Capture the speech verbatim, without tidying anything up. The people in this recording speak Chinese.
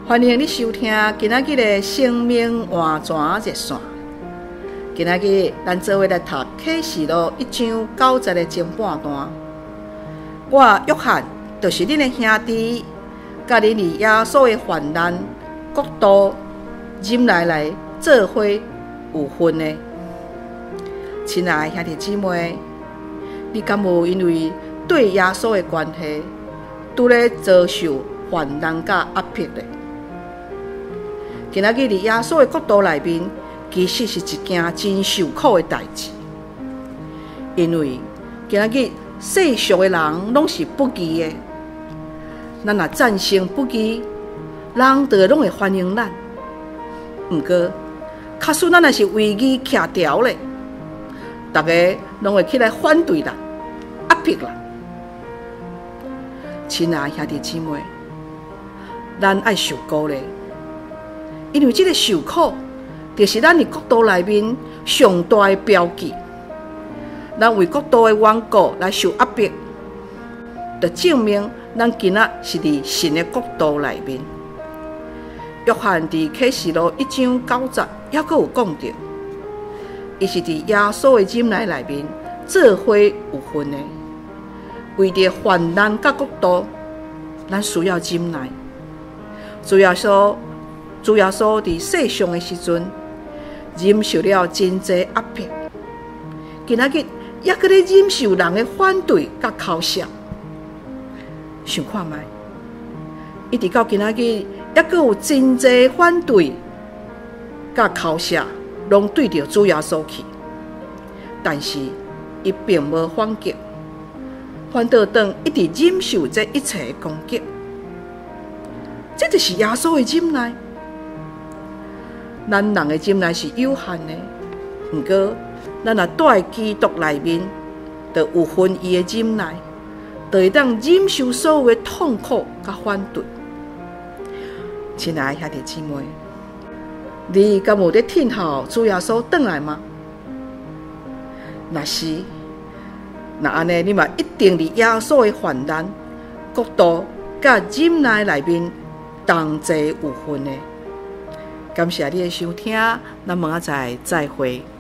欢迎你收听今仔日的生命换泉热线。今仔日咱做伙来读启示录一章九节的前半段。我约翰就是恁的兄弟，甲恁伫耶稣的患难、国度、忍耐来做伙有份的。亲爱的兄弟姊妹，你敢有因为对耶稣的关系，拄咧遭受患难甲压迫咧？今仔日伫耶稣的国度内面，其实是一件真受苦的代志，因为今仔日世俗的人拢是不义的，咱若战胜不义，人就拢会欢迎咱。毋过，假使咱若是为义徛条咧，大家拢会起来反对咱、压迫咱。亲爱的兄弟姊妹，咱爱受苦咧。因为这个受苦，就是咱伫国度内面上大的标记。咱为国度的缘故来受压迫，就证明咱今仔是伫神的国度内面。约翰伫启示录一章九节，还佫有讲到，伊是伫耶稣的忍耐内面做伙有份的。为着患难甲国度，咱需要忍耐。主耶稣。主耶稣伫世上的时阵，忍受了真济压迫，今仔日也搁咧忍受人的反对甲嘲笑。想看觅，一直到今仔日，也搁有真济反对甲嘲笑，拢对着主耶稣去，但是伊并无反击，反倒当一直忍受这一切的攻击。这就是耶稣的忍耐。咱人的忍耐是有限的，不过咱若住在基督内面，就有份伊的忍耐，就会当忍受所有的痛苦甲反对。亲爱的兄弟姊妹，你敢有咧等候主耶稣回来吗？若是，那安尼你嘛一定伫耶稣的患难、国度甲忍耐内面同齐有份的。感谢你的收听，咱明仔载再会。